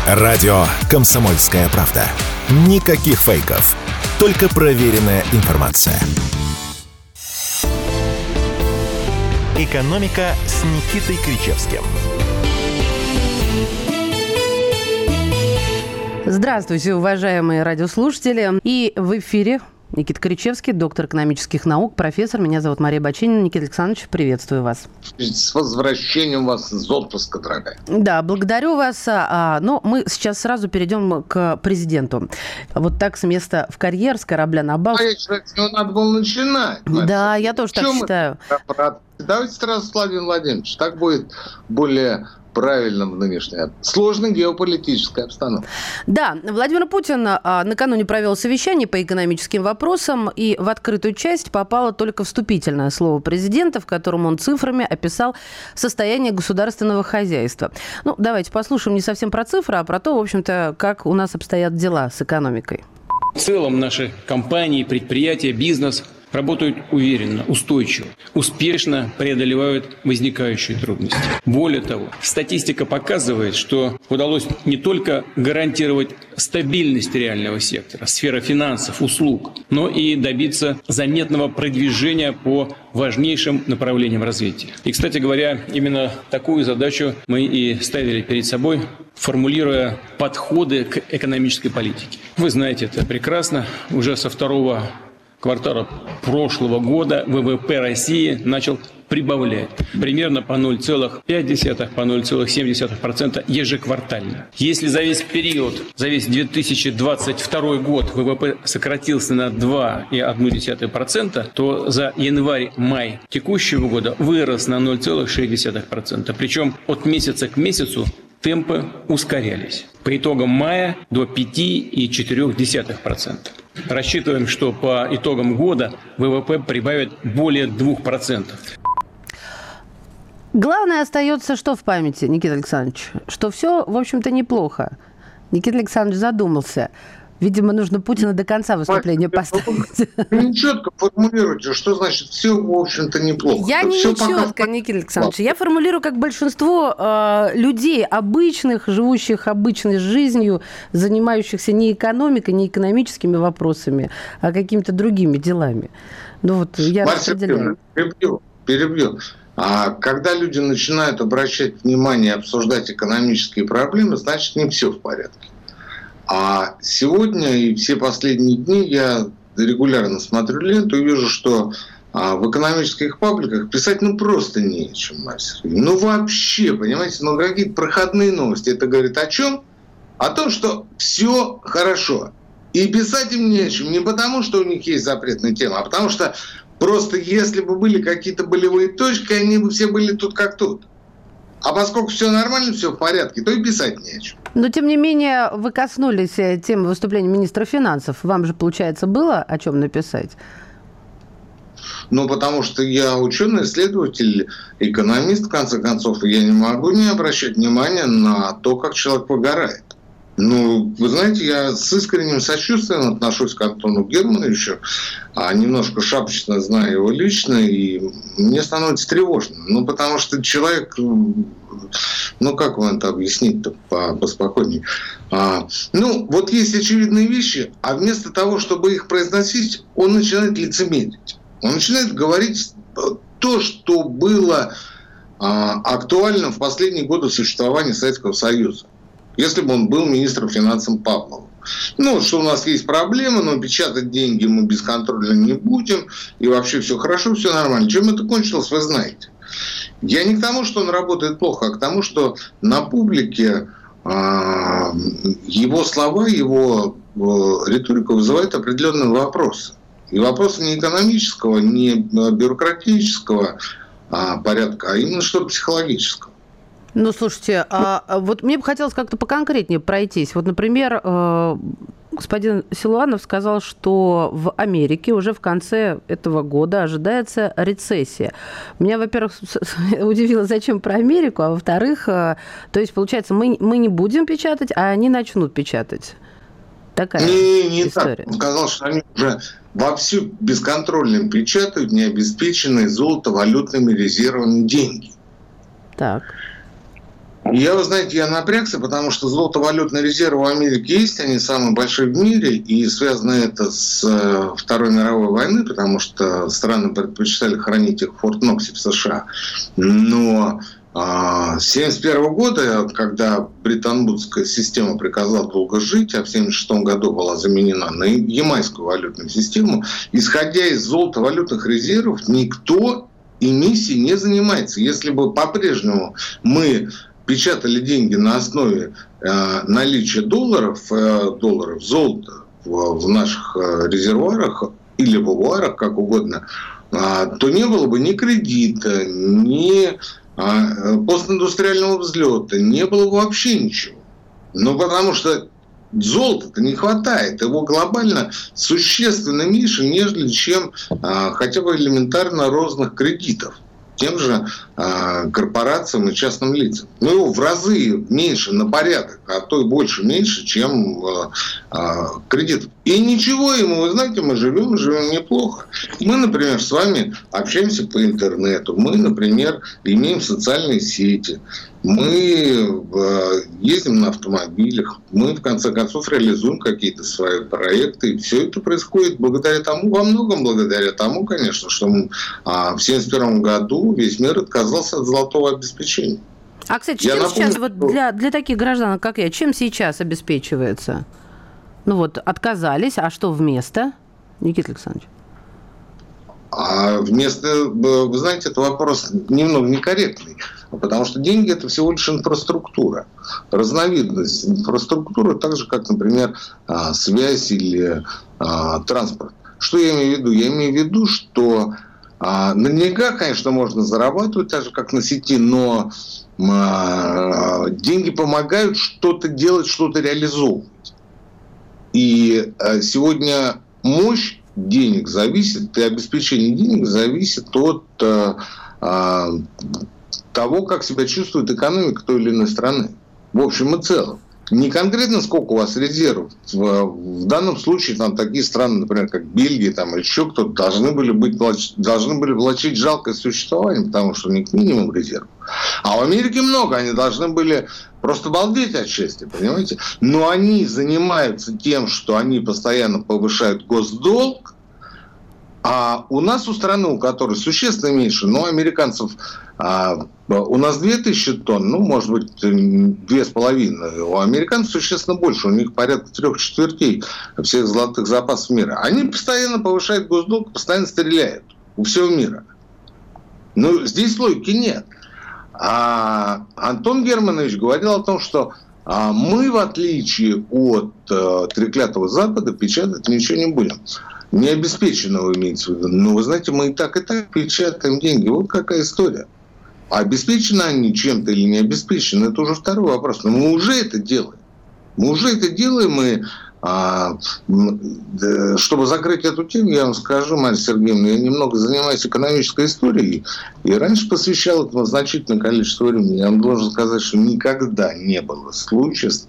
Радио «Комсомольская правда». Никаких фейков. Только проверенная информация. «Экономика» с Никитой Кричевским. Здравствуйте, уважаемые радиослушатели. И в эфире Никита Кричевский, доктор экономических наук, профессор. Меня зовут Мария Баченина. Никита Александрович, приветствую вас. С возвращением вас из отпуска, дорогая. Да, благодарю вас. Но мы сейчас сразу перейдем к президенту. Вот так с места в карьер, с корабля на бал. С него надо было начинать. Да, я тоже так считаю. Давайте сразу с Владимиром Владимировичем. Так будет более правильно в нынешней сложной геополитической обстановке. Да, Владимир Путин накануне провел совещание по экономическим вопросам, и в открытую часть попало только вступительное слово президента, в котором он цифрами описал состояние государственного хозяйства. Ну, давайте послушаем не совсем про цифры, а про то, в общем-то, как у нас обстоят дела с экономикой. В целом наши компании, предприятия, бизнес работают уверенно, устойчиво, успешно преодолевают возникающие трудности. Более того, статистика показывает, что удалось не только гарантировать стабильность реального сектора, сферы финансов, услуг, но и добиться заметного продвижения по важнейшим направлениям развития. И, кстати говоря, именно такую задачу мы и ставили перед собой, формулируя подходы к экономической политике. Вы знаете это прекрасно. Уже со второго квартала прошлого года ВВП России начал прибавлять примерно по 0,5, по 0,7% ежеквартально. Если за весь период, за весь 2022 год ВВП сократился на 2,1%, то за январь-май текущего года вырос на 0,6%. Причем от месяца к месяцу темпы ускорялись. По итогам мая до 5,4%. Рассчитываем, что по итогам года ВВП прибавит более 2%. Главное остается что в памяти, Никита Александрович? Что все, в общем-то, неплохо. Никита Александрович задумался. Видимо, нужно Путина до конца выступления поставить. Вы не четко формулируете, что значит все, в общем-то, неплохо. Я не четко, Никита Александрович. Я формулирую, как большинство людей обычных, живущих обычной жизнью, занимающихся не экономикой, не экономическими вопросами, а какими-то другими делами. Ну вот я распределяю. Перебью. А когда люди начинают обращать внимание, обсуждать экономические проблемы, значит, не все в порядке. А сегодня и все последние дни я регулярно смотрю ленту и вижу, что в экономических пабликах писать просто не о чем, вообще, понимаете, какие-то проходные новости. Это говорит о чем? О том, что все хорошо. И писать им не о чем. Не потому, что у них есть запретная тема, а потому что просто если бы были какие-то болевые точки, они бы все были тут как тут. А поскольку все нормально, все в порядке, то и писать не о чем. Но, тем не менее, вы коснулись темы выступления министра финансов. Вам же, получается, было о чем написать? Потому что я ученый, исследователь, экономист, в конце концов, и я не могу не обращать внимания на то, как человек выгорает. Вы знаете, я с искренним сочувствием отношусь к Антону Германовичу, немножко шапочно знаю его лично, и мне становится тревожно. Потому что человек, как вам это объяснить-то поспокойнее? Вот есть очевидные вещи, а вместо того, чтобы их произносить, он начинает лицемерить. Он начинает говорить то, что было актуально в последние годы существования Советского Союза. Если бы он был министром финансов Павловым. Что у нас есть проблемы, но печатать деньги мы бесконтрольно не будем, и вообще все хорошо, все нормально. Чем это кончилось, вы знаете. Я не к тому, что он работает плохо, а к тому, что на публике его слова, его риторика вызывает определенные вопросы. И вопросы не экономического, не бюрократического порядка, а именно что-то психологического. Слушайте, вот мне бы хотелось как-то поконкретнее пройтись. Вот, например, господин Силуанов сказал, что в Америке уже в конце этого года ожидается рецессия. Меня, во-первых, удивило, зачем про Америку, а во-вторых, то есть, получается, мы не будем печатать, а они начнут печатать. Такая история. Так. Он сказал, что они уже вовсю бесконтрольно печатают необеспеченные золотовалютными резервами деньги. Так. Вы знаете, я напрягся, потому что золотовалютные резервы в Америке есть, они самые большие в мире, и связано это с Второй мировой войной, потому что страны предпочитали хранить их в Форт-Ноксе в США. Но с 1971 года, когда Бреттон-Вудская система приказала долго жить, а в 1976 году была заменена на ямайскую валютную систему, исходя из золотовалютных резервов, никто эмиссией не занимается. Если бы по-прежнему мы печатали деньги на основе наличия долларов, золота в наших резервуарах или в авуарах, как угодно, то не было бы ни кредита, ни постиндустриального взлета, не было бы вообще ничего. Ну, потому что золота-то не хватает. Его глобально существенно меньше, нежели чем хотя бы элементарно розных кредитов тем же корпорациям и частным лицам. Ну, его в разы меньше на порядок, а то и больше меньше, чем кредитов. И ничего ему, вы знаете, мы живем неплохо. Мы, например, с вами общаемся по интернету, мы, например, имеем социальные сети, мы ездим на автомобилях, мы, в конце концов, реализуем какие-то свои проекты. И все это происходит благодаря тому, во многом благодаря тому, конечно, что в 1971 году весь мир отказался от золотого обеспечения. А, кстати, чем сейчас вот для таких граждан, как я, чем сейчас обеспечивается? Ну вот, отказались, а что вместо? Никита Александрович. А вместо, вы знаете, это вопрос немного некорректный, потому что деньги – это всего лишь инфраструктура, разновидность инфраструктуры, так же, как, например, связь или транспорт. Что я имею в виду? Я имею в виду, что наверняка, конечно, можно зарабатывать, так же, как на сети, но деньги помогают что-то делать, что-то реализовывать. И сегодня мощь денег зависит, и обеспечение денег зависит от того, как себя чувствует экономика той или иной страны. В общем и целом. Не конкретно сколько у вас резервов. В данном случае там такие страны, например, как Бельгия там, или еще кто-то, должны были влачить жалкое существование, потому что у них минимум резервов. А в Америке много, они должны были просто балдеть от счастья, понимаете? Но они занимаются тем, что они постоянно повышают госдолг, а у нас, у страны, у которой существенно меньше, но американцев у нас 2000 тонн, ну, может быть, 2,5. У американцев существенно больше, у них порядка 3/4 всех золотых запасов мира. Они постоянно повышают госдолг, постоянно стреляют у всего мира. Ну, здесь логики нет. А Антон Германович говорил о том, что мы, в отличие от треклятого Запада, печатать ничего не будем. Необеспеченного имеется в виду. Но, вы знаете, мы и так печатаем деньги. Вот какая история. А обеспечены они чем-то или не обеспечены, это уже второй вопрос. Но мы уже это делаем. И чтобы закрыть эту тему, я вам скажу, Марья Сергеевна, я немного занимаюсь экономической историей, и раньше посвящал этому значительное количество времени. Я вам должен сказать, что никогда не было случая с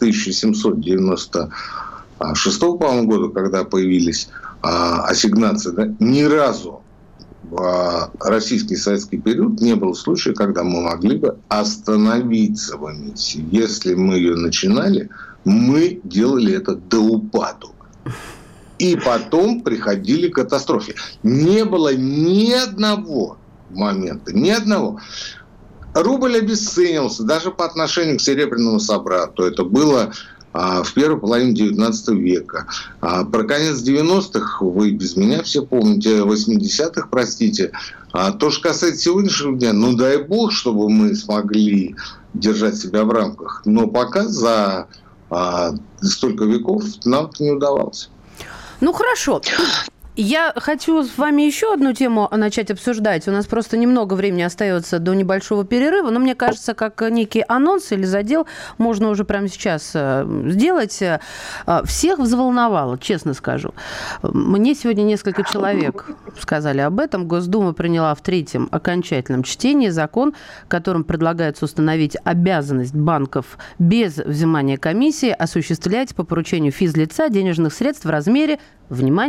1796, по-моему, года, когда появились ассигнации, да, ни разу в российский советский период не было случая, когда мы могли бы остановиться в эмиссии. Если мы ее начинали, мы делали это до упаду. И потом приходили к катастрофе. Не было ни одного момента, ни одного. Рубль обесценился даже по отношению к серебряному собрату. Это было в первой половине 19 века. Про конец 90-х вы без меня все помните, 80-х, простите. То, что касается сегодняшнего дня, ну дай бог, чтобы мы смогли держать себя в рамках. Но пока за столько веков нам это не удавалось. Ну, хорошо. Я хочу с вами еще одну тему начать обсуждать. У нас просто немного времени остается до небольшого перерыва, но мне кажется, как некий анонс или задел можно уже прямо сейчас сделать. Всех взволновало, честно скажу. Мне сегодня несколько человек сказали об этом. Госдума приняла в третьем окончательном чтении закон, которым предлагается установить обязанность банков без взимания комиссии осуществлять по поручению физлица денежных средств в размере, внимание,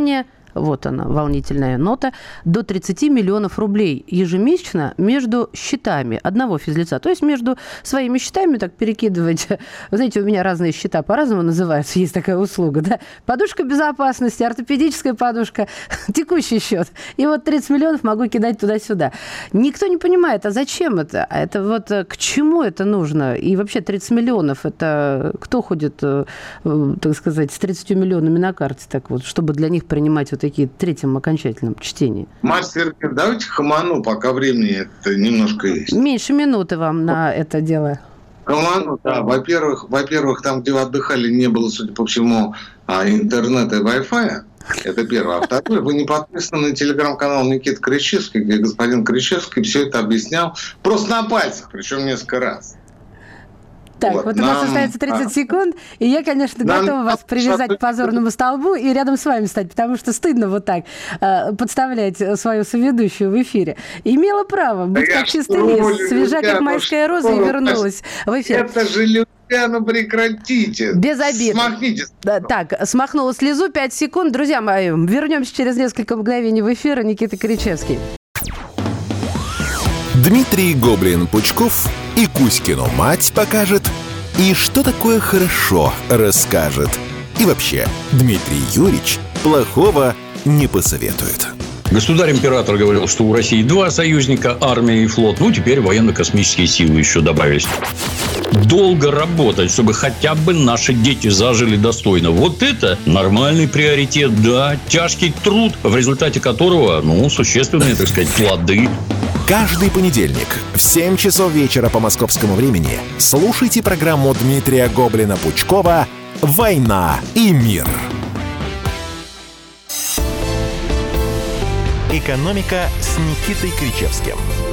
вот она, волнительная нота, до 30 миллионов рублей ежемесячно между счетами одного физлица. То есть между своими счетами так перекидывать. Вы знаете, у меня разные счета по-разному называются, есть такая услуга, да? Подушка безопасности, ортопедическая подушка, текущий счет. И вот 30 миллионов могу кидать туда-сюда. Никто не понимает, а зачем это? А это вот к чему это нужно? И вообще 30 миллионов, это кто ходит, так сказать, с 30 миллионами на карте, так вот, чтобы для них принимать вот такие третьем окончательном чтении? Мастер, давайте хаману, пока времени это немножко есть. Меньше минуты вам на это дело. Хаману, да. Во-первых, там, где вы отдыхали, не было, судя по всему, интернета и Wi-Fi. Это первое. А второе, вы не подписаны на телеграм-канал Никиты Кричевский, где господин Кричевский все это объяснял просто на пальцах, причем несколько раз. Так, вот у нас остается 30 секунд, и я, конечно, готова вас привязать к позорному столбу и рядом с вами стать, потому что стыдно вот так подставлять свою соведущую в эфире. Имела право быть как чистый лист, свежа, как майская роза, и вернулась в эфир. Это же Люся, прекратите. Без обид. Смахните. Так, смахнула слезу, 5 секунд. Друзья мои, вернемся через несколько мгновений в эфир. Никита Кричевский. Дмитрий Гоблин-Пучков и Кузькину мать покажет, и что такое хорошо расскажет. И вообще, Дмитрий Юрьевич плохого не посоветует. Государь-император говорил, что у России 2 союзника, армия и флот. Ну, теперь военно-космические силы еще добавились. Долго работать, чтобы хотя бы наши дети зажили достойно. Вот это нормальный приоритет, да. Тяжкий труд, в результате которого, существенные, так сказать, плоды. Каждый понедельник в 7 часов вечера по московскому времени слушайте программу Дмитрия Гоблина-Пучкова «Война и мир». «Экономика» с Никитой Кричевским.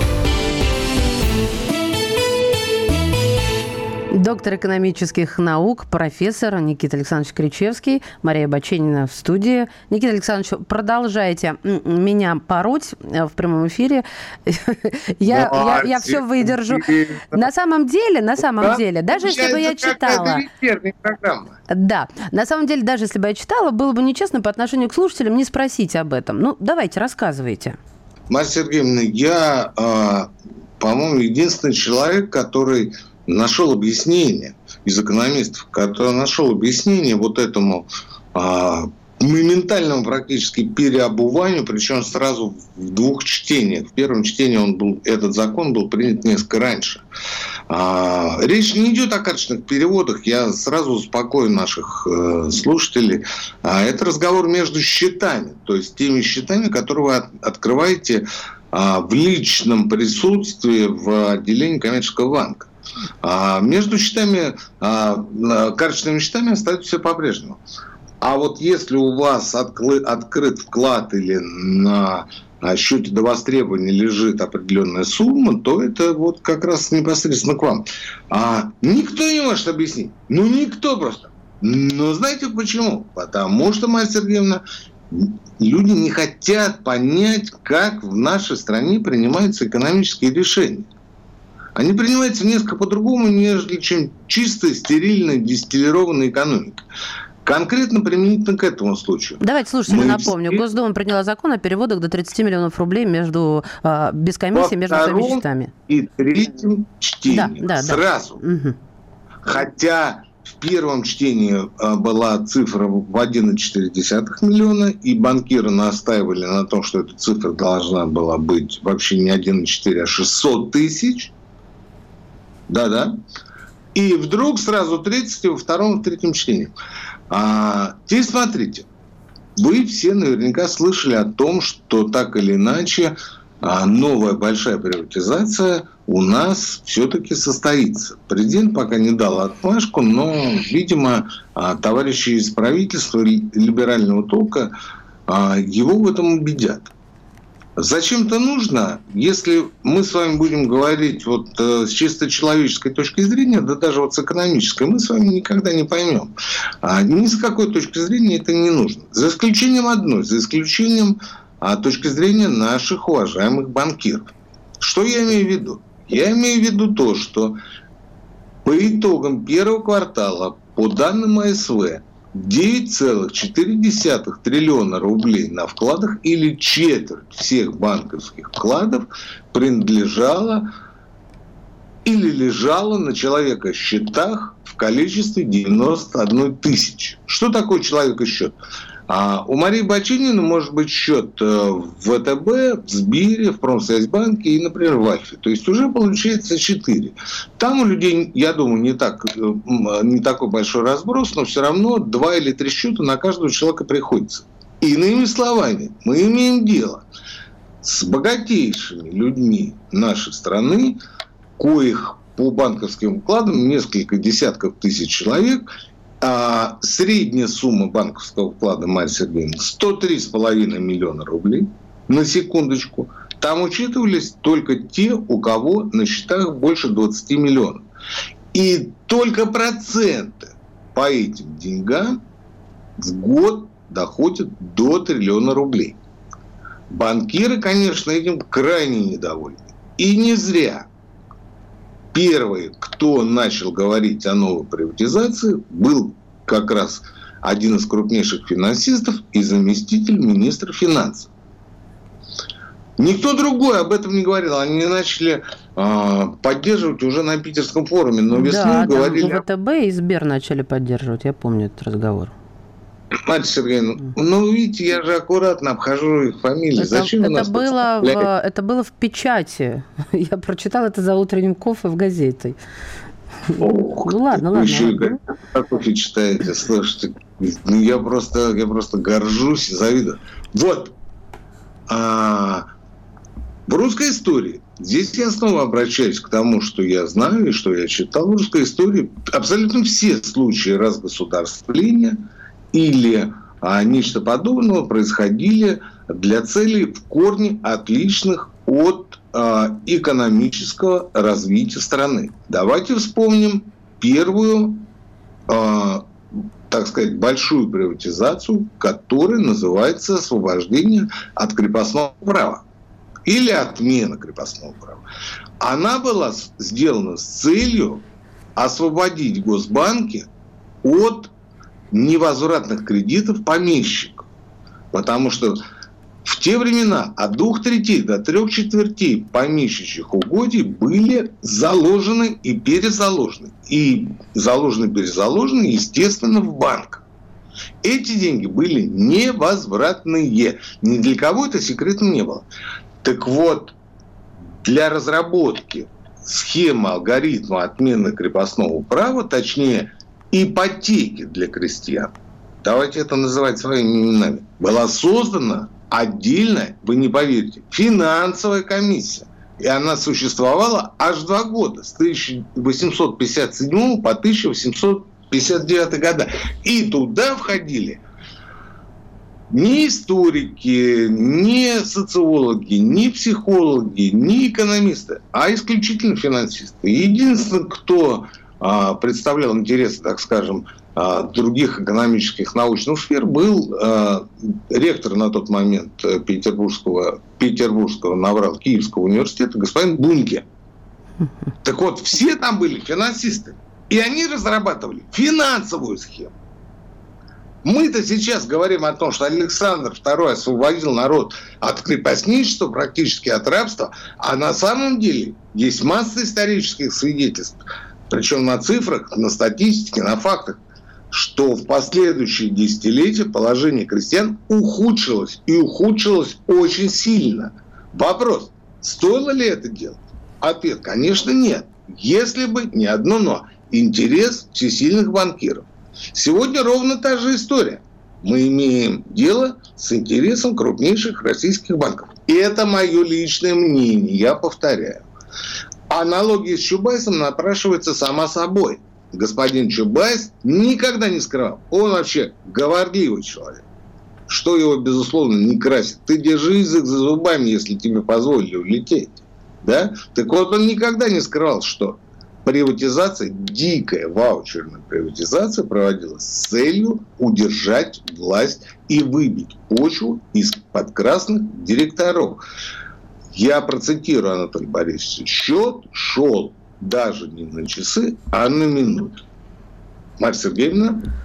Доктор экономических наук, профессор Никита Александрович Кричевский, Мария Баченина в студии. Никита Александрович, продолжайте меня пороть в прямом эфире. Я все выдержу. На самом деле, даже если бы я читала... Да, на самом деле, даже если бы я читала, было бы нечестно по отношению к слушателям не спросить об этом. Давайте, рассказывайте. Марья Сергеевна, я, по-моему, единственный человек, который нашел объяснение из экономистов, который нашел объяснение вот этому моментальному практически переобуванию, причем сразу в 2 чтениях. В первом чтении этот закон был принят несколько раньше. Речь не идет о качественных переводах, я сразу успокою наших слушателей. Это разговор между счетами, то есть теми счетами, которые вы открываете в личном присутствии в отделении коммерческого банка. Между счетами, карточными счетами остается все по-прежнему. А вот если у вас открыт вклад или на счете до востребования лежит определенная сумма, то это вот как раз непосредственно к вам. Никто не может объяснить. Никто просто. Знаете почему? Потому что, Марья Сергеевна, люди не хотят понять, как в нашей стране принимаются экономические решения. Они принимаются несколько по-другому, нежели чем чистая, стерильная, дистиллированная экономика. Конкретно применительно к этому случаю. Давайте слушателям напомню. Госдума приняла закон о переводах до 30 миллионов рублей без комиссии между своими счетами. И третьем чтении сразу. Да. Хотя в первом чтении была цифра в 1,4 миллиона, и банкиры настаивали на том, что эта цифра должна была быть вообще не 1,4, а 600 тысяч. Да-да. И вдруг сразу 30 во втором и третьем чтении. Теперь смотрите. Вы все наверняка слышали о том, что так или иначе новая большая приватизация у нас все-таки состоится. Президент пока не дал отмашку, но, видимо, товарищи из правительства либерального толка его в этом убедят. Зачем это нужно, если мы с вами будем говорить вот с чисто человеческой точки зрения, да даже вот с экономической, мы с вами никогда не поймем. Ни с какой точки зрения это не нужно. За исключением одной, за исключением точки зрения наших уважаемых банкиров. Что я имею в виду? Я имею в виду то, что по итогам первого квартала, по данным АСВ, 9,4 триллиона рублей на вкладах или четверть всех банковских вкладов принадлежала или лежала на человека счетах в количестве 91 тысячи. Что такое человека-счет? У Марии Бачинина может быть счет в ВТБ, в Сбере, в Промсвязьбанке и, например, в Альфе. То есть уже получается 4. Там у людей, я думаю, не такой большой разброс, но все равно 2 или 3 счета на каждого человека приходится. Иными словами, мы имеем дело с богатейшими людьми нашей страны, коих по банковским вкладам несколько десятков тысяч человек. А средняя сумма банковского вклада, Марья Сергеевна, 103,5 миллиона рублей, на секундочку. Там учитывались только те, у кого на счетах больше 20 миллионов. И только проценты по этим деньгам в год доходят до триллиона рублей. Банкиры, конечно, этим крайне недовольны. И не зря. Первый, кто начал говорить о новой приватизации, был как раз один из крупнейших финансистов и заместитель министра финансов. Никто другой об этом не говорил. Они начали поддерживать уже на Питерском форуме. Но весной говорили... Да, ВТБ и Сбер начали поддерживать. Я помню этот разговор. Марья Сергеевна, видите, я же аккуратно обхожу их фамилии. Зачем это было в печати. Я прочитала это за утренним кофе в газете. Ладно. Вы еще как кофе читаете, слушайте. Я просто горжусь и завидую. Вот. В русской истории, здесь я снова обращаюсь к тому, что я знаю и что я читал. В русской истории абсолютно все случаи разгосударствления или нечто подобного происходили для целей в корне отличных от экономического развития страны. Давайте вспомним первую, так сказать, большую приватизацию, которая называется освобождение от крепостного права или отмена крепостного права. Она была сделана с целью освободить госбанки от невозвратных кредитов помещиков. Потому что в те времена от 2/3 до 3/4 помещичьих угодий были заложены и перезаложены. И заложены-перезаложены, естественно, в банках. Эти деньги были невозвратные. Ни для кого это секретом не было. Так вот, для разработки схемы, алгоритма отмены крепостного права, точнее, ипотеки для крестьян, давайте это называть своими именами, была создана отдельная, вы не поверите, финансовая комиссия. И она существовала аж 2 года, с 1857 по 1859 года. И туда входили ни историки, ни социологи, ни психологи, ни экономисты, а исключительно финансисты. И единственный, кто представлял интересы, так скажем, других экономических научных сфер, был ректор на тот момент Петербургского наврал Киевского университета господин Бунке. Так вот, все там были финансисты. И они разрабатывали финансовую схему. Мы-то сейчас говорим о том, что Александр II освободил народ от крепостничества, практически от рабства, а на самом деле есть масса исторических свидетельств, причем на цифрах, на статистике, на фактах, что в последующие десятилетия положение крестьян ухудшилось, и ухудшилось очень сильно. Вопрос, стоило ли это делать? Ответ, конечно, нет. Если бы не одно «но». Интерес всесильных банкиров. Сегодня ровно та же история. Мы имеем дело с интересом крупнейших российских банков. И это мое личное мнение, я повторяю. Аналогия с Чубайсом напрашивается сама собой. Господин Чубайс никогда не скрывал. Он вообще говорливый человек. Что его, безусловно, не красит. Ты держи язык за зубами, если тебе позволили улететь. Да? Так вот, он никогда не скрывал, что приватизация, дикая ваучерная приватизация проводилась с целью удержать власть и выбить почву из-под красных директоров. Я процитирую Анатолия Борисовича. Счет шел даже не на часы, а на минуты. Марья Сергеевна?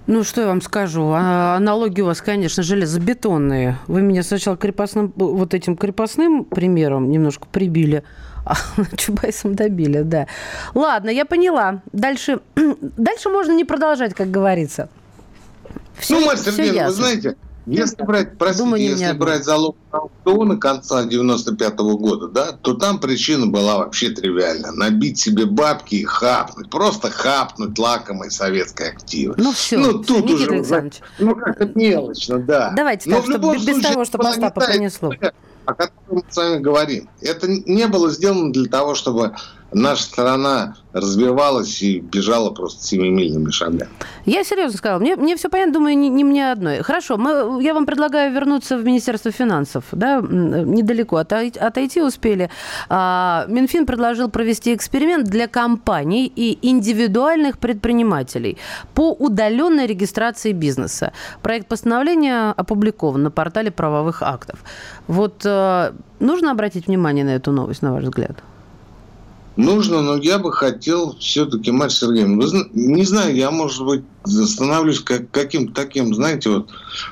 Ну, что я вам скажу? Аналогии у вас, конечно, железобетонные. Вы меня сначала этим крепостным примером немножко прибили, а Чубайсом добили, да. Ладно, я поняла. Дальше можно не продолжать, как говорится. Марья Сергеевна, вы знаете, если брать залог аукциона конца 95-го года, да, то там причина была вообще тривиальна. Набить себе бабки и хапнуть. Просто хапнуть лакомые советские активы. Ну, все, тут Никита уже, Александрович. как-то мелочно, да. Давайте так, чтобы без того, чтобы Остапа пронесло. О котором мы с вами говорим. Это не было сделано для того, чтобы наша страна развивалась и бежала просто семимильными шагами. Я серьезно сказала. Мне все понятно, думаю, не мне одной. Хорошо, я вам предлагаю вернуться в Министерство финансов. Да? Недалеко отойти успели. Минфин предложил провести эксперимент для компаний и индивидуальных предпринимателей по удаленной регистрации бизнеса. Проект постановления опубликован на портале правовых актов. Вот нужно обратить внимание на эту новость, на ваш взгляд? Нужно, но я бы хотел все-таки, Марья Сергеевна, не знаю, я, может быть, становлюсь каким-то таким, знаете,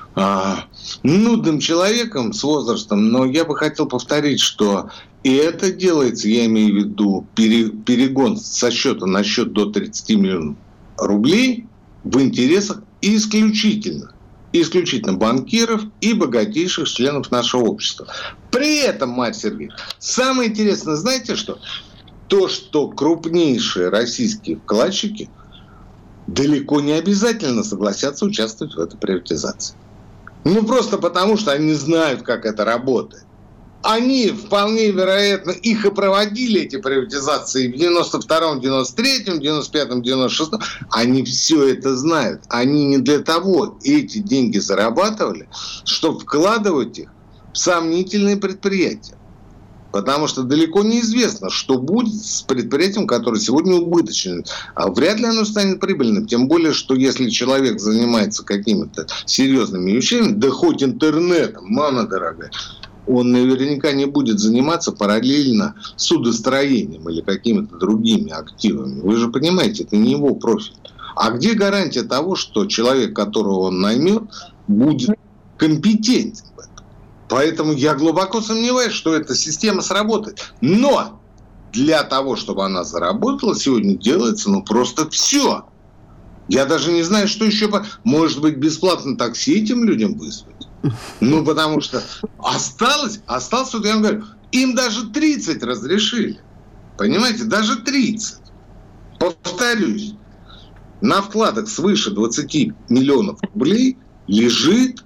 нудным человеком с возрастом, но я бы хотел повторить, что и это делается, я имею в виду перегон со счета на счет до 30 миллионов рублей в интересах исключительно банкиров и богатейших членов нашего общества. При этом, Марья Сергеевна, самое интересное, знаете что? То, что крупнейшие российские вкладчики далеко не обязательно согласятся участвовать в этой приватизации. Просто потому, что они знают, как это работает. Они, вполне вероятно, их и проводили, эти приватизации, в 92-м, 93-м, 95-м, 96-м. Они все это знают. Они не для того эти деньги зарабатывали, чтобы вкладывать их в сомнительные предприятия. Потому что далеко неизвестно, что будет с предприятием, которое сегодня убыточно. А вряд ли оно станет прибыльным. Тем более, что если человек занимается какими-то серьезными вещами, да хоть интернетом, мама дорогая, он наверняка не будет заниматься параллельно судостроением или какими-то другими активами. Вы же понимаете, это не его профиль. А где гарантия того, что человек, которого он наймет, будет компетентен? Поэтому я глубоко сомневаюсь, что эта система сработает. Но для того, чтобы она заработала, сегодня делается просто все. Я даже не знаю, что еще. Может быть, бесплатно такси этим людям вызвать? Потому что осталось, вот я вам говорю, им даже 30 разрешили. Понимаете, даже 30. Повторюсь, на вкладах свыше 20 миллионов рублей лежит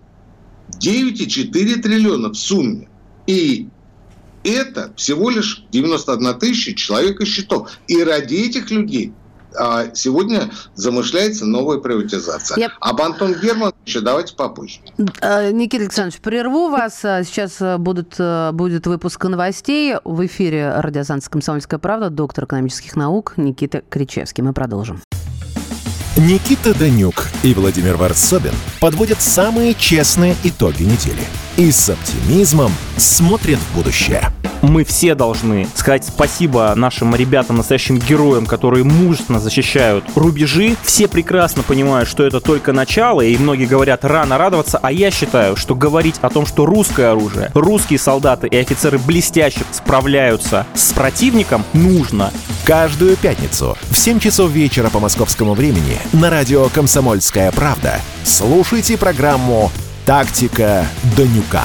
9,4 триллиона в сумме. И это всего лишь 91 тысяча человек из счетов. И ради этих людей сегодня замышляется новая приватизация. Об Антоне Германовиче давайте попозже. Никита Александрович, прерву вас. Сейчас будет выпуск новостей. В эфире радиостанции «Комсомольская правда», доктор экономических наук Никита Кричевский. Мы продолжим. Никита Данюк и Владимир Варсобин подводят самые честные итоги недели и с оптимизмом смотрят в будущее. Мы все должны сказать спасибо нашим ребятам, настоящим героям, которые мужественно защищают рубежи. Все прекрасно понимают, что это только начало, и многие говорят рано радоваться, а я считаю, что говорить о том, что русское оружие, русские солдаты и офицеры блестяще справляются с противником, нужно. Каждую пятницу в 7 часов вечера по московскому времени на радио «Комсомольская правда» слушайте программу «Тактика Данюка».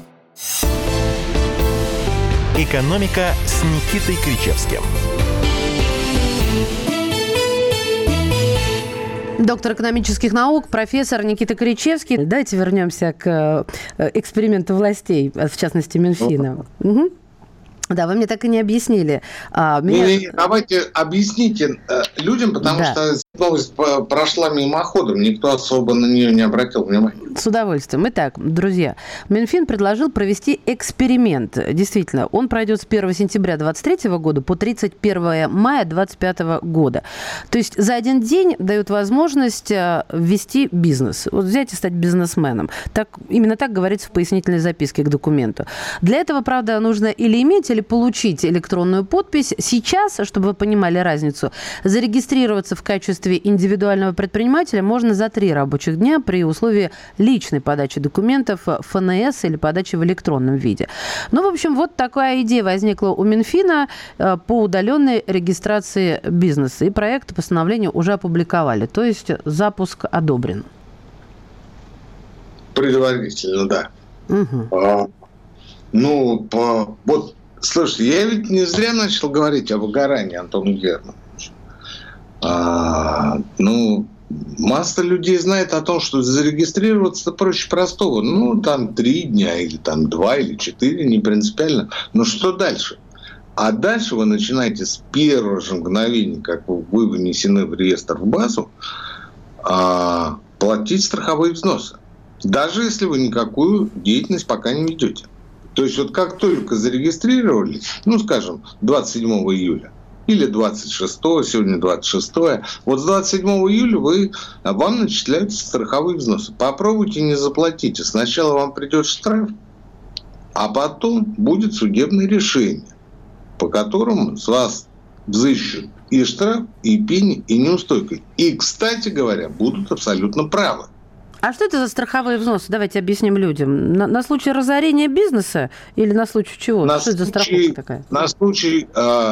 «Экономика» с Никитой Кричевским. Доктор экономических наук, профессор Никита Кричевский. Давайте вернемся к эксперименту властей, в частности Минфина. Угу. Да, вы мне так и не объяснили. Давайте объясните людям, потому что новость прошла мимоходом, никто особо на нее не обратил внимания. С удовольствием. Итак, друзья, Минфин предложил провести эксперимент. Действительно, он пройдет с 1 сентября 2023 года по 31 мая 2025 года. То есть за один день дают возможность ввести бизнес. Вот взять и стать бизнесменом. Именно так говорится в пояснительной записке к документу. Для этого, правда, нужно или иметь, или получить электронную подпись. Сейчас, чтобы вы понимали разницу, зарегистрироваться в качестве качестве индивидуального предпринимателя можно за 3 рабочих дня при условии личной подачи документов ФНС или подачи в электронном виде. Ну, в общем, вот такая идея возникла у Минфина по удаленной регистрации бизнеса. И проект постановления уже опубликовали. То есть запуск одобрен. Предварительно, да. Угу. Вот, слушайте, я ведь не зря начал говорить о выгорании, Антон Германович. Масса людей знает о том, что зарегистрироваться проще простого. Там 3 дня, или там 2, или 4, не принципиально. Но что дальше? А дальше вы начинаете с первого же мгновения, как вы вынесены в реестр в базу, платить страховые взносы. Даже если вы никакую деятельность пока не ведете. То есть вот как только зарегистрировались, скажем, 27 июля или 26, сегодня 26, вот с 27 июля вам начисляются страховые взносы. Попробуйте не заплатите. Сначала вам придет штраф, а потом будет судебное решение, по которому с вас взыщут и штраф, и пени, и неустойку. И, кстати говоря, будут абсолютно правы. А что это за страховые взносы? Давайте объясним людям. На случай разорения бизнеса или на случай чего? Что это за страховка такая? На случай,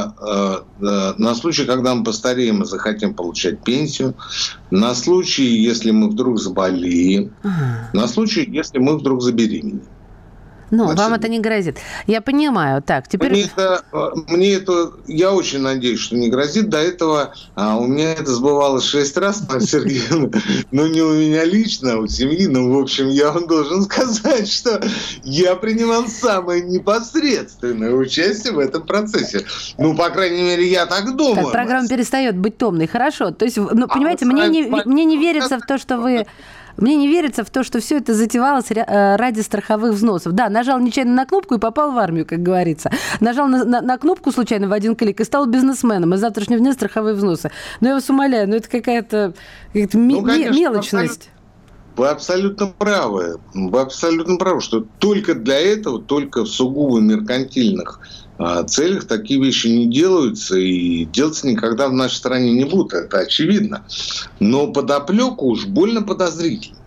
когда мы постареем и захотим получать пенсию, на случай, если мы вдруг заболеем, на случай, если мы вдруг забеременеем. Вам это не грозит. Я понимаю. Так, теперь... Мне это... Я очень надеюсь, что не грозит. До этого у меня это сбывалось 6 раз, Марья Сергеевна. Не у меня лично, а у семьи. В общем, я вам должен сказать, что я принимал самое непосредственное участие в этом процессе. По крайней мере, я так думаю. Так, программа перестает быть томной. Хорошо. То есть, понимаете, мне не верится в то, что вы... Мне не верится в то, что все это затевалось ради страховых взносов. Да, нажал нечаянно на кнопку и попал в армию, как говорится. Нажал на кнопку случайно в один клик и стал бизнесменом. И с завтрашнего дня страховые взносы. Я вас умоляю, это какая-то мелочность. Вы абсолютно правы. Что только для этого, только в сугубо меркантильных целях такие вещи не делаются и делаться никогда в нашей стране не будут. Это очевидно. Но подоплека уж больно подозрительная.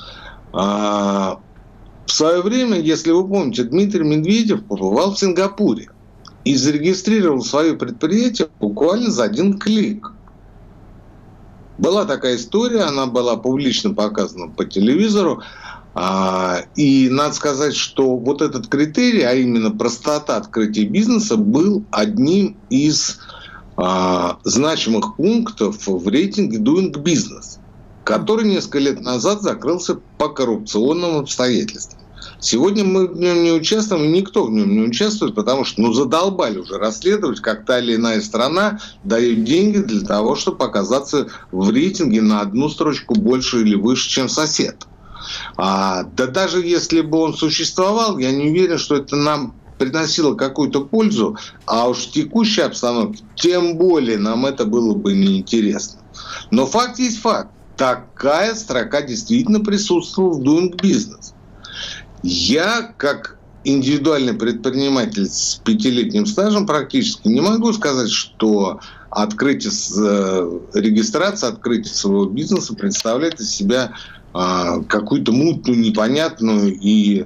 В свое время, если вы помните, Дмитрий Медведев побывал в Сингапуре и зарегистрировал свое предприятие буквально за 1 клик. Была такая история, она была публично показана по телевизору. И надо сказать, что вот этот критерий, а именно простота открытия бизнеса, был одним из значимых пунктов в рейтинге Doing Business, который несколько лет назад закрылся по коррупционным обстоятельствам. Сегодня мы в нем не участвуем, и никто в нем не участвует, потому что задолбали уже расследовать, как та или иная страна дает деньги для того, чтобы оказаться в рейтинге на 1 строчку больше или выше, чем сосед. Да даже если бы он существовал, я не уверен, что это нам приносило какую-то пользу, а уж в текущей обстановке тем более нам это было бы неинтересно. Но факт есть факт. Такая строка действительно присутствовала в Doing Business. Я, как индивидуальный предприниматель с 5-летним стажем, практически не могу сказать, что регистрация, открытие своего бизнеса представляет из себя какую-то мутную, непонятную и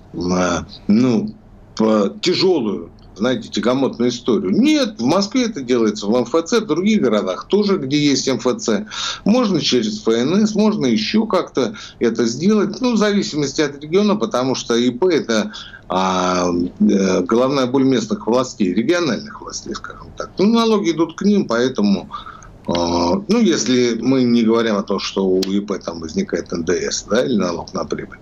тяжелую, тягомотную историю. Нет, в Москве это делается в МФЦ, в других городах тоже, где есть МФЦ. Можно через ФНС, можно еще как-то это сделать, в зависимости от региона, потому что ИП – это головная боль местных властей, региональных властей, скажем так. Налоги идут к ним, поэтому... если мы не говорим о том, что у ИП там возникает НДС, или налог на прибыль.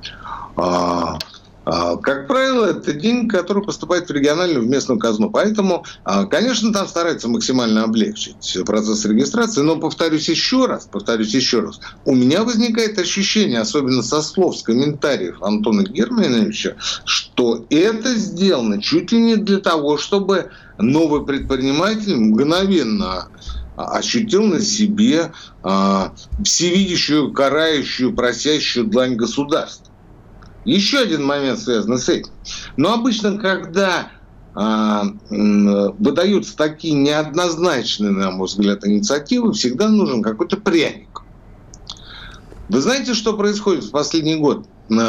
Как правило, это деньги, которые поступают в региональную, в местную казну. Поэтому, конечно, там стараются максимально облегчить процесс регистрации. Но повторюсь еще раз, у меня возникает ощущение, особенно со слов, с комментариев Антона Германовича, что это сделано чуть ли не для того, чтобы новый предприниматель мгновенно ощутил на себе всевидящую, карающую, просящую длань государства. Еще один момент, связанный с этим. Но обычно, когда выдаются такие неоднозначные, на мой взгляд, инициативы, всегда нужен какой-то пряник. Вы знаете, что происходит в последний год?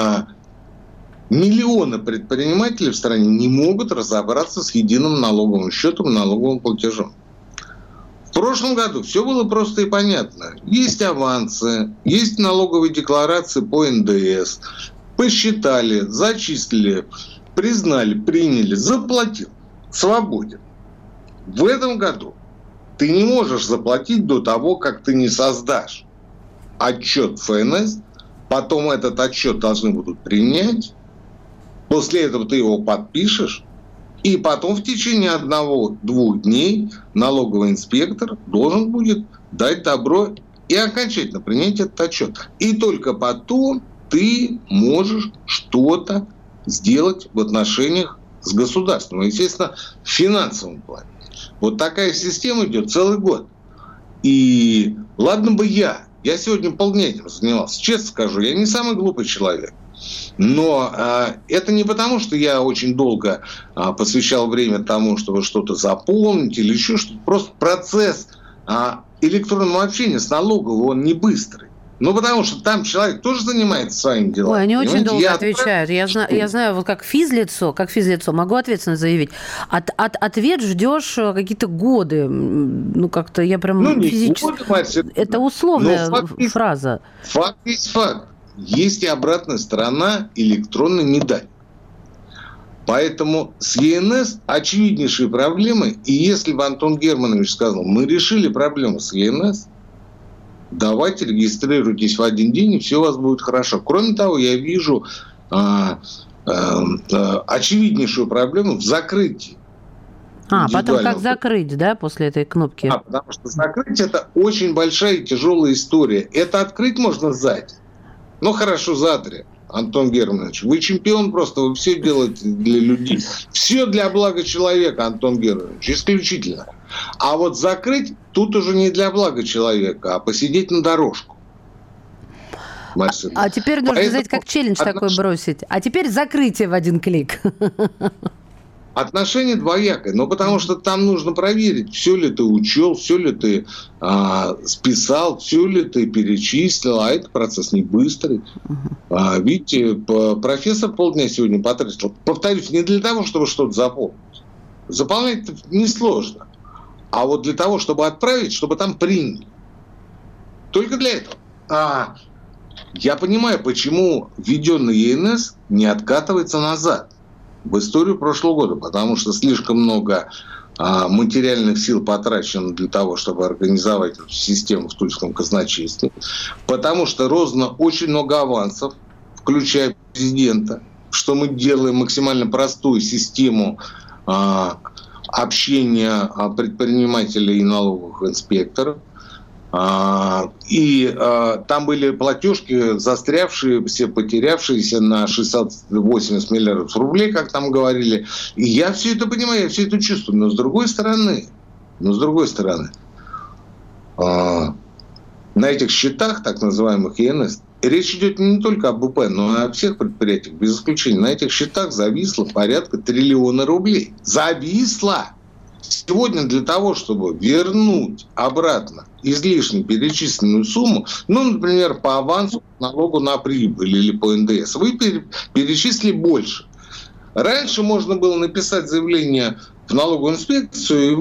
Миллионы предпринимателей в стране не могут разобраться с единым налоговым счетом и налоговым платежом. В прошлом году все было просто и понятно. Есть авансы, есть налоговые декларации по НДС. Посчитали, зачислили, признали, приняли, заплатил. Свободен. В этом году ты не можешь заплатить до того, как ты не создашь отчет ФНС, потом этот отчет должны будут принять, после этого ты его подпишешь, и потом в течение 1-2 дней налоговый инспектор должен будет дать добро и окончательно принять этот отчет. И только потом ты можешь что-то сделать в отношениях с государством, естественно, в финансовом плане. Вот такая система идет целый год. И ладно бы я сегодня полдня этим занимался, честно скажу, я не самый глупый человек. Но это не потому, что я очень долго посвящал время тому, чтобы что-то заполнить или еще что-то. Просто процесс электронного общения с налоговой, он не быстрый. Ну, потому что там человек тоже занимается своим делом. Ой, они очень долго отвечают. Я знаю, вот как физлицо могу ответственно заявить. Ответ ждешь какие-то годы. Ну, как-то я прям физически... Годы, Марcia, это условная фраза. Факт есть факт. Есть и обратная сторона электронной медали. Поэтому с ЕНС очевиднейшие проблемы. И если бы Антон Германович сказал, мы решили проблему с ЕНС, давайте регистрируйтесь в один день, и все у вас будет хорошо. Кроме того, я вижу очевиднейшую проблему в закрытии. Потом как закрыть, да, после этой кнопки? Потому что закрыть – это очень большая и тяжелая история. Это открыть можно сзади. Ну, хорошо, завтра, Антон Германович. Вы чемпион просто, вы все делаете для людей. Все для блага человека, Антон Германович, исключительно. А вот закрыть тут уже не для блага человека, а посидеть на дорожку. А теперь нужно, знаете, как челлендж такой бросить. А теперь закрытие в один клик. Отношение двоякое, но потому что там нужно проверить, все ли ты учел, все ли ты списал, все ли ты перечислил, а этот процесс не быстрый. Видите, профессор полдня сегодня потратил, повторюсь, не для того, чтобы что-то заполнить. Заполнять несложно, а вот для того, чтобы отправить, чтобы там приняли. Только для этого. Я понимаю, почему введенный ЕНС не откатывается назад в историю прошлого года, потому что слишком много материальных сил потрачено для того, чтобы организовать эту систему в Тульском казначействе, потому что роздано очень много авансов, включая президента, что мы делаем максимально простую систему общения предпринимателей и налоговых инспекторов. И там были платежки, застрявшие, все потерявшиеся на 680 миллиардов рублей, как там говорили. И я все это понимаю, я все это чувствую. Но с другой стороны, на этих счетах, так называемых ЕНС, речь идет не только об УП, но и о всех предприятиях, без исключения. На этих счетах зависло порядка 1 триллиона рублей. Зависло! Сегодня для того, чтобы вернуть обратно излишне перечисленную сумму, ну, например, по авансу, налогу на прибыль или по НДС, вы перечислили больше. Раньше можно было написать заявление в налоговую инспекцию,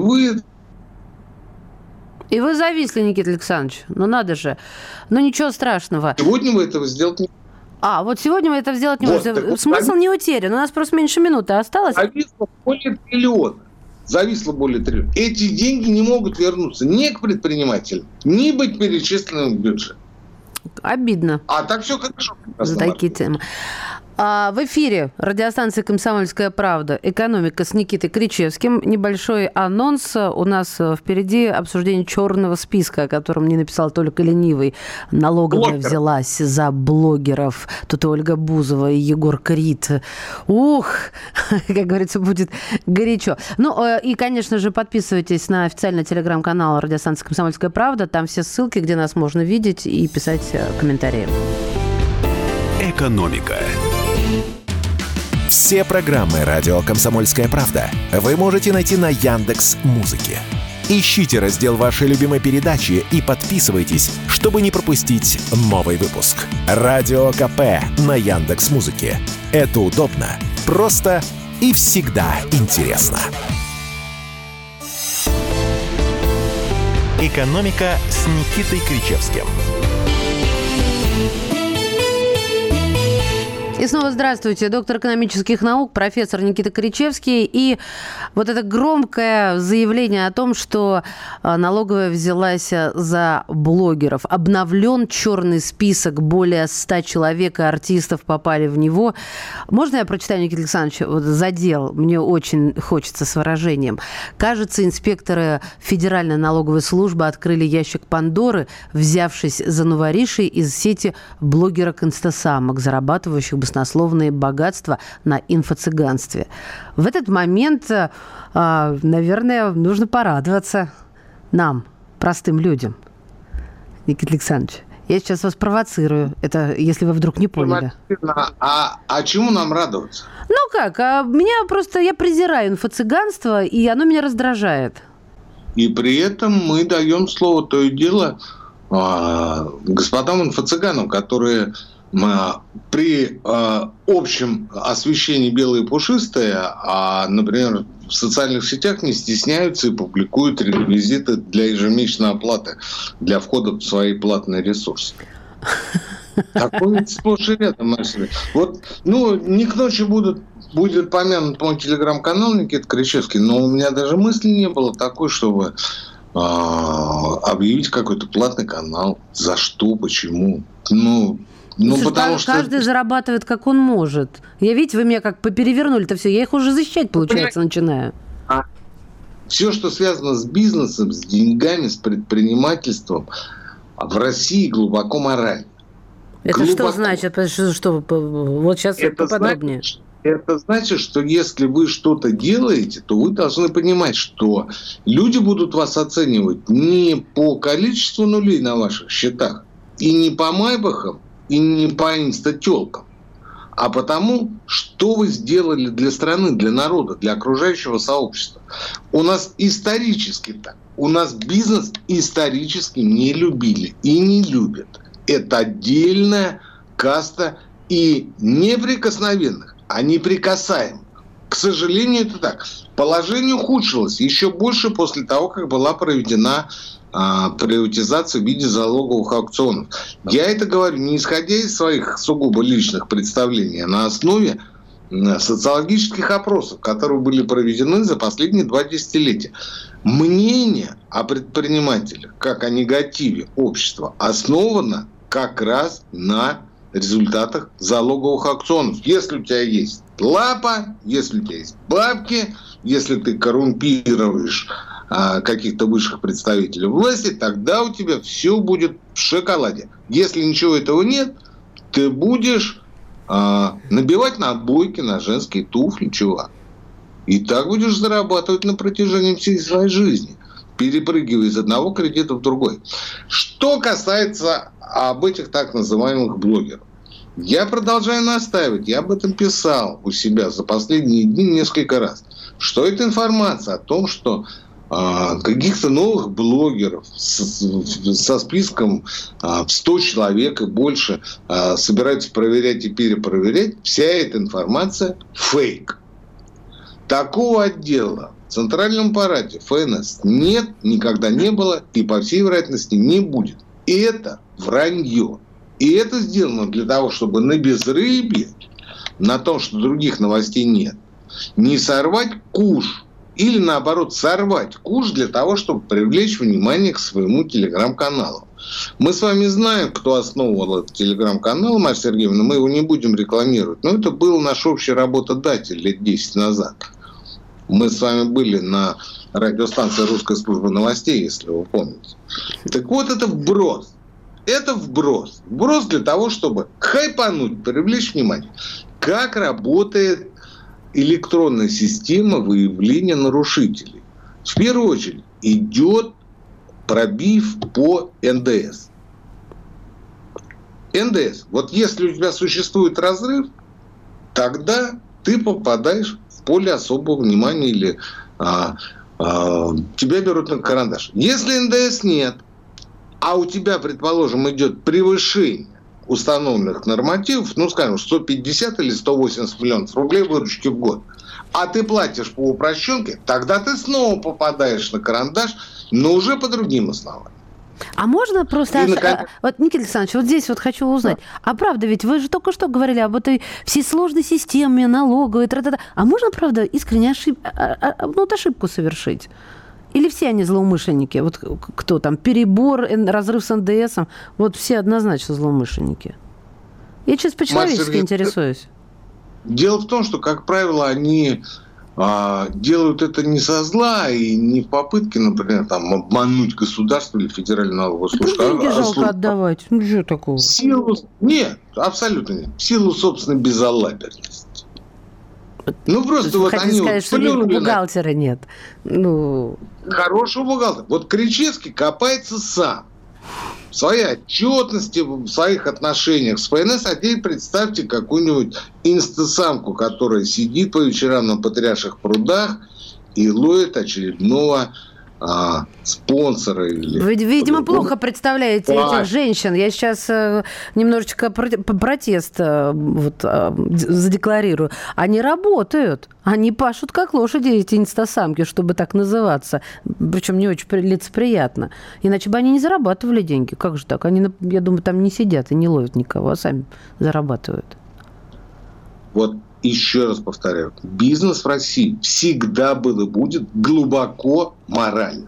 И вы зависли, Никита Александрович. Ну, надо же. Ну, ничего страшного. Сегодня вы этого сделать не можете. Вот сегодня мы это сделать не можем. Смысл не утерян. У нас просто меньше минуты осталось. Зависло более триллиона. Эти деньги не могут вернуться ни к предпринимателям, ни быть перечисленным в бюджет. Обидно. А так все хорошо. За такие темы. В эфире радиостанции «Комсомольская правда. Экономика» с Никитой Кричевским. Небольшой анонс. У нас впереди обсуждение черного списка, о котором мне написал только ленивый. Налоговая взялась за блогеров. Тут Ольга Бузова и Егор Крид. Ух, как говорится, будет горячо. Ну, и, конечно же, подписывайтесь на официальный телеграм-канал радиостанции «Комсомольская правда». Там все ссылки, где нас можно видеть и писать комментарии. Экономика. Все программы «Радио Комсомольская правда» вы можете найти на Яндекс.Музыке. Ищите раздел вашей любимой передачи и подписывайтесь, чтобы не пропустить новый выпуск. Радио КП на Яндекс.Музыке. Это удобно, просто и всегда интересно. «Экономика» с Никитой Кричевским. И снова здравствуйте. Доктор экономических наук, профессор Никита Кричевский. И вот это громкое заявление о том, что налоговая взялась за блогеров. Обновлен черный список, более 100 человек и артистов попали в него. Можно я прочитаю, Никита Александрович, вот задел? Мне очень хочется с выражением. Кажется, инспекторы Федеральной налоговой службы открыли ящик Пандоры, взявшись за новоришей из сети блогерок-инстасамок, зарабатывающих баснословные богатства на инфо-цыганстве. В этот момент, наверное, нужно порадоваться нам, простым людям. Никита Александрович, я сейчас вас провоцирую. Это если вы вдруг не поняли. А чему нам радоваться? Ну как, я презираю инфо-цыганство, и оно меня раздражает. И при этом мы даем слово то и дело господам инфо-цыганам, которые при общем освещении белые и пушистые, например, в социальных сетях не стесняются и публикуют реквизиты для ежемесячной оплаты, для входа в свои платные ресурсы. Такое сплошь и рядом. Вот, не к ночи будет помянут мой телеграм-канал Никита Кричевский, но у меня даже мысли не было такой, чтобы объявить какой-то платный канал. За что, почему? Потому что каждый зарабатывает, как он может. Видите, вы меня как поперевернули-то все. Я их уже защищать, получается, начинаю. Все, что связано с бизнесом, с деньгами, с предпринимательством, в России глубоко морально. Это что значит? Что, вот сейчас поподробнее. Это значит, что если вы что-то делаете, то вы должны понимать, что люди будут вас оценивать не по количеству нулей на ваших счетах, и не по майбахам, и не по инстатёлкам, а потому, что вы сделали для страны, для народа, для окружающего сообщества. У нас исторически так. У нас бизнес исторически не любили и не любят. Это отдельная каста и неприкосновенных, а неприкасаемых. К сожалению, это так. Положение ухудшилось еще больше после того, как была проведена приватизация в виде залоговых аукционов. Я это говорю не исходя из своих сугубо личных представлений, а на основе социологических опросов, которые были проведены за последние 2 десятилетия. Мнение о предпринимателях, как о негативе общества, основано как раз на результатах залоговых аукционов. Если у тебя есть лапа, если у тебя есть бабки, если ты коррумпируешь каких-то высших представителей власти, тогда у тебя все будет в шоколаде. Если ничего этого нет, ты будешь набивать на отбойки, на женские туфли, чувак. И так будешь зарабатывать на протяжении всей своей жизни, перепрыгивая из одного кредита в другой. Что касается об этих так называемых блогеров. Я продолжаю настаивать, я об этом писал у себя за последние дни несколько раз, что это информация о том, что каких-то новых блогеров со списком в 100 человек и больше собираются проверять и перепроверять. Вся эта информация фейк. Такого отдела в Центральном аппарате ФНС нет, никогда не было и, по всей вероятности, не будет. И это вранье. И это сделано для того, чтобы на безрыбье, на том, что других новостей нет, не сорвать куш. Или, наоборот, сорвать куш для того, чтобы привлечь внимание к своему телеграм-каналу. Мы с вами знаем, кто основывал этот телеграм-канал, Марья Сергеевна, мы его не будем рекламировать. Но это был наш общий работодатель лет 10 назад. Мы с вами были на радиостанции «Русская служба новостей», если вы помните. Так вот, это вброс. Это вброс. Вброс для того, чтобы хайпануть, привлечь внимание. Как работает электронная система выявления нарушителей. В первую очередь идет пробив по НДС. НДС. Вот если у тебя существует разрыв, тогда ты попадаешь в поле особого внимания или тебя берут на карандаш. Если НДС нет, а у тебя, предположим, идет превышение установленных нормативов, ну, скажем, 150 или 180 миллионов рублей выручки в год, а ты платишь по упрощенке, тогда ты снова попадаешь на карандаш, но уже по другим основаниям. А можно просто... Вот, Никита Александрович, вот здесь вот хочу узнать. А правда, ведь вы же только что говорили об этой всей сложной системе налоговой, а можно, правда, искренне ошибку совершить? Или все они злоумышленники? Вот кто там? Перебор, разрыв с НДСом. Вот все однозначно злоумышленники. Я сейчас по-человечески интересуюсь. Дело в том, что, как правило, они делают это не со зла и не в попытке, например, там, обмануть государство или федеральную налоговую службу. Деньги жалко отдавать. Ну, что такого? Нет, абсолютно нет. В силу собственной безалаберности. Ну, просто вот они... сказать, что бухгалтера нет. Хорошего бухгалтера. Вот Кричевский копается сам. В своей отчетности, в своих отношениях с ФНС, а теперь представьте какую-нибудь инстасамку, которая сидит по вечерам на Патриарших прудах и ловит очередного спонсора. Вы, видимо, плохо представляете этих женщин. Я сейчас немножечко протест задекларирую. Они работают. Они пашут как лошади, эти инстасамки, чтобы так называться. Причем не очень лицеприятно. Иначе бы они не зарабатывали деньги. Как же так? Они, я думаю, там не сидят и не ловят никого, а сами зарабатывают. Вот еще раз повторяю, бизнес в России всегда был и будет глубоко моральным.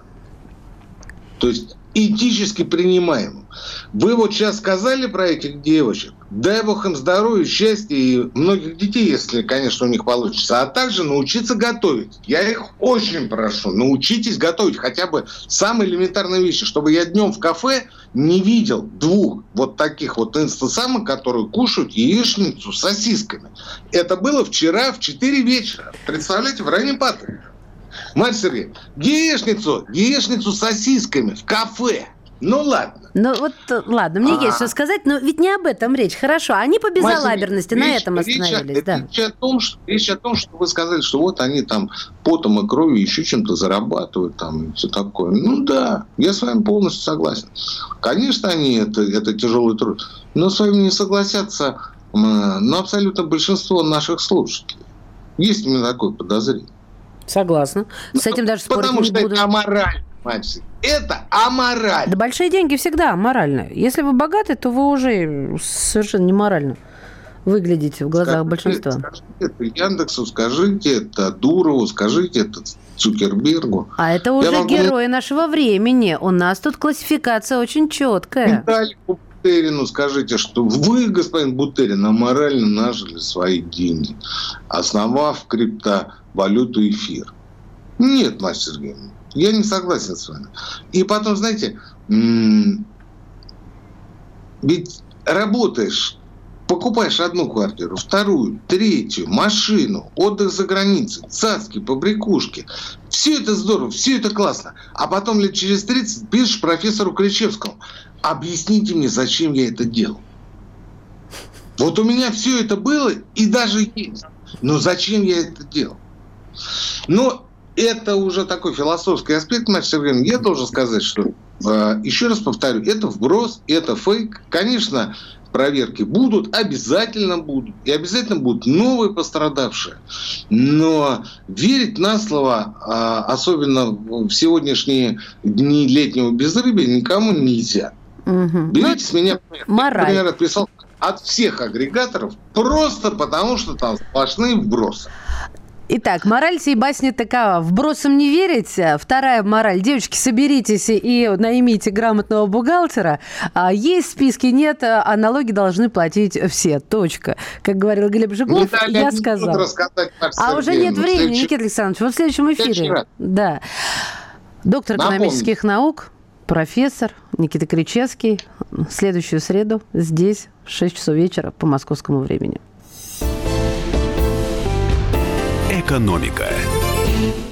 То есть этически принимаемым. Вы вот сейчас сказали про этих девочек. Дай бог им здоровья, счастья и многих детей, если, конечно, у них получится. А также научиться готовить. Я их очень прошу, научитесь готовить хотя бы самые элементарные вещи, чтобы я днем в кафе не видел двух вот таких вот инстасамок, которые кушают яичницу с сосисками. Это было вчера в 4 вечера. Представляете, в районе Патрика. Мать Сергеевна, яичницу с сосисками в кафе. Ну, ладно. Ну, вот, ладно, мне есть что сказать, но ведь не об этом речь. Хорошо, они по безалаберности на этом остановились. Речь о том, что вы сказали, что вот они там потом и кровью еще чем-то зарабатывают там и все такое. Ну, да, я с вами полностью согласен. Конечно, они, это тяжелый труд, но с вами не согласятся абсолютно большинство наших слушателей. Есть у меня такое подозрение. Согласна. С этим даже спорить не буду. Потому что это аморально. Это аморально. Да большие деньги всегда аморально. Если вы богаты, то вы уже совершенно неморально выглядите в глазах большинства. Скажите это Яндексу, скажите это Дурову, скажите это Цукербергу. А это уже герои нашего времени. У нас тут классификация очень четкая. Виталику Бутерину скажите, что вы, господин Бутерин, аморально нажили свои деньги, основав криптовалюту эфир. Нет, Настя Сергеевна. Я не согласен с вами. И потом, знаете, ведь работаешь, покупаешь одну квартиру, вторую, третью, машину, отдых за границей, цацки, побрякушки. Все это здорово, все это классно. А потом лет через 30 пишешь профессору Кричевскому: объясните мне, зачем я это делал. Вот у меня все это было и даже есть. Но зачем я это делал? Но это уже такой философский аспект, Мария Сергеевна. Я должен сказать, что, еще раз повторю, это вброс, это фейк. Конечно, проверки будут, обязательно будут. И обязательно будут новые пострадавшие. Но верить на слово, особенно в сегодняшние дни летнего безрыбья, никому нельзя. Угу. Берите с меня мораль. Например, отписал от всех агрегаторов, просто потому что там сплошные вбросы. Итак, мораль сей басни такова. Вбросам не верить. Вторая мораль. Девочки, соберитесь и наймите грамотного бухгалтера. Есть списки, нет, а налоги должны платить все. Точка. Как говорил Глеб Жиглов, я сказал. А уже нет времени, Никита Александрович. Вот в следующем эфире. Да. Доктор экономических наук, профессор Никита Кричевский. Следующую среду здесь в 6 часов вечера по московскому времени. Экономика.